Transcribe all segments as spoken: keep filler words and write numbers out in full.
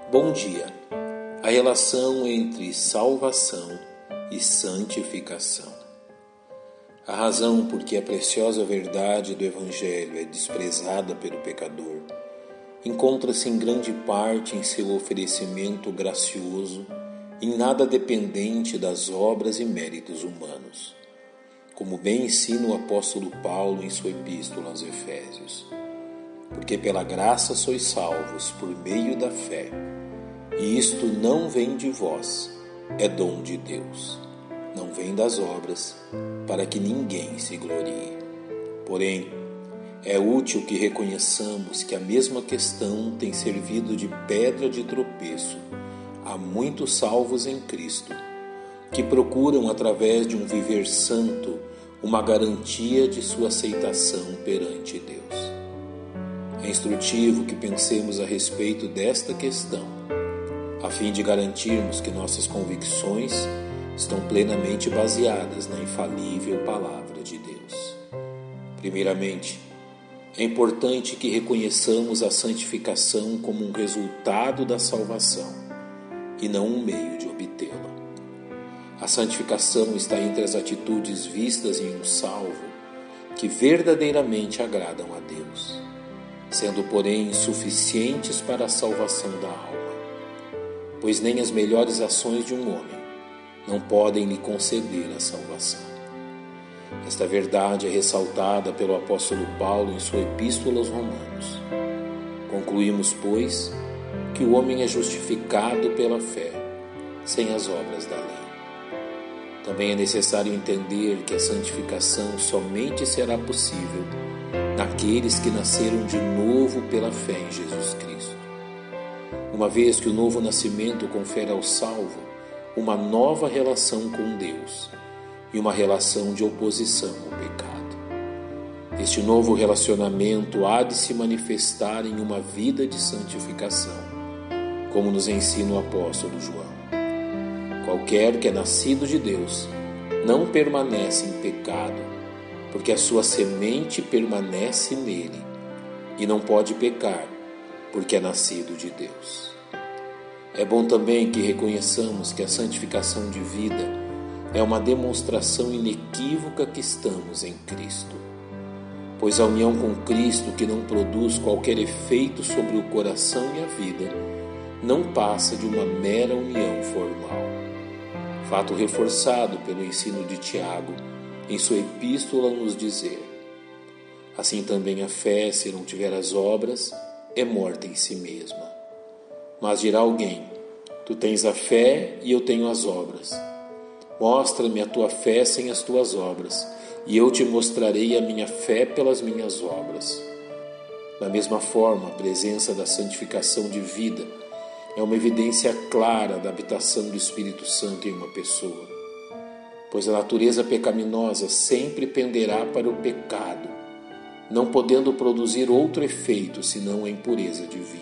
Bom dia. A relação entre salvação e santificação. A razão por que a preciosa verdade do Evangelho é desprezada pelo pecador encontra-se em grande parte em seu oferecimento gracioso, em nada dependente das obras e méritos humanos, como bem ensina o apóstolo Paulo em sua epístola aos Efésios. Porque pela graça sois salvos por meio da fé, e isto não vem de vós, é dom de Deus. Não vem das obras, para que ninguém se glorie. Porém, é útil que reconheçamos que a mesma questão tem servido de pedra de tropeço a muitos salvos em Cristo, que procuram, através de um viver santo, uma garantia de sua aceitação perante Deus. É instrutivo que pensemos a respeito desta questão, a fim de garantirmos que nossas convicções estão plenamente baseadas na infalível Palavra de Deus. Primeiramente, é importante que reconheçamos a santificação como um resultado da salvação e não um meio de obtê-la. A santificação está entre as atitudes vistas em um salvo que verdadeiramente agradam a Deus, sendo, porém, insuficientes para a salvação da alma, pois nem as melhores ações de um homem não podem lhe conceder a salvação. Esta verdade é ressaltada pelo apóstolo Paulo em sua epístola aos Romanos. Concluímos, pois, que o homem é justificado pela fé, sem as obras da lei. Também é necessário entender que a santificação somente será possível naqueles que nasceram de novo pela fé em Jesus Cristo. Uma vez que o novo nascimento confere ao salvo uma nova relação com Deus e uma relação de oposição ao pecado. Este novo relacionamento há de se manifestar em uma vida de santificação, como nos ensina o apóstolo João. Qualquer que é nascido de Deus não permanece em pecado, porque a sua semente permanece nele e não pode pecar, porque é nascido de Deus. É bom também que reconheçamos que a santificação de vida é uma demonstração inequívoca que estamos em Cristo, pois a união com Cristo, que não produz qualquer efeito sobre o coração e a vida, não passa de uma mera união formal, fato reforçado pelo ensino de Tiago em sua epístola nos dizer: assim também a fé, se não tiver as obras, é morta em si mesma. Mas dirá alguém: tu tens a fé e eu tenho as obras. Mostra-me a tua fé sem as tuas obras, e eu te mostrarei a minha fé pelas minhas obras. Da mesma forma, a presença da santificação de vida é uma evidência clara da habitação do Espírito Santo em uma pessoa, pois a natureza pecaminosa sempre penderá para o pecado, não podendo produzir outro efeito senão a impureza de vida.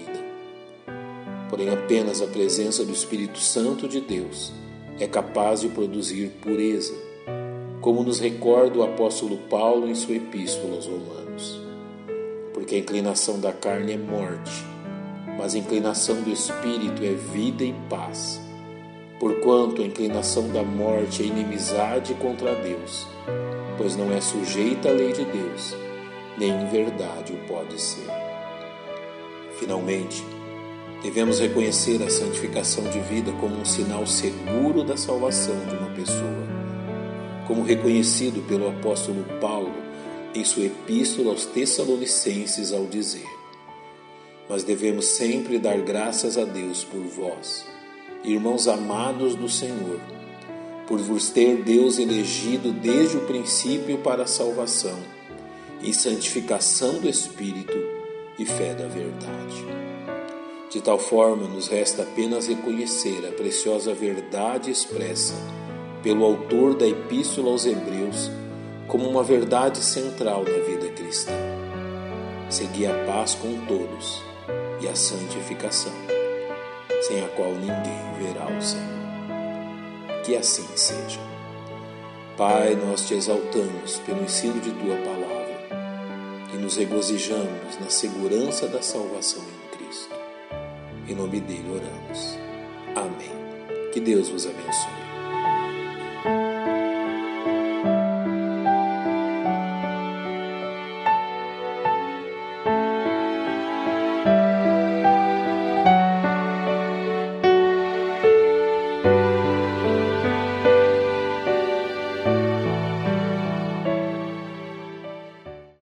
Porém, apenas a presença do Espírito Santo de Deus é capaz de produzir pureza, como nos recorda o apóstolo Paulo em sua epístola aos Romanos. Porque a inclinação da carne é morte, mas a inclinação do Espírito é vida e paz. Porquanto a inclinação da morte é inimizade contra Deus, pois não é sujeita à lei de Deus, nem em verdade o pode ser. Finalmente, devemos reconhecer a santificação de vida como um sinal seguro da salvação de uma pessoa, como reconhecido pelo apóstolo Paulo em sua epístola aos Tessalonicenses ao dizer: mas devemos sempre dar graças a Deus por vós, irmãos amados do Senhor, por vos ter Deus elegido desde o princípio para a salvação, em santificação do Espírito e fé da verdade. De tal forma, nos resta apenas reconhecer a preciosa verdade expressa pelo autor da Epístola aos Hebreus como uma verdade central na vida cristã. Segui a paz com todos e a santificação, sem a qual ninguém verá o Senhor. Que assim seja. Pai, nós te exaltamos pelo ensino de tua palavra e nos regozijamos na segurança da salvação em Cristo. Em nome dele oramos. Amém. Que Deus vos abençoe.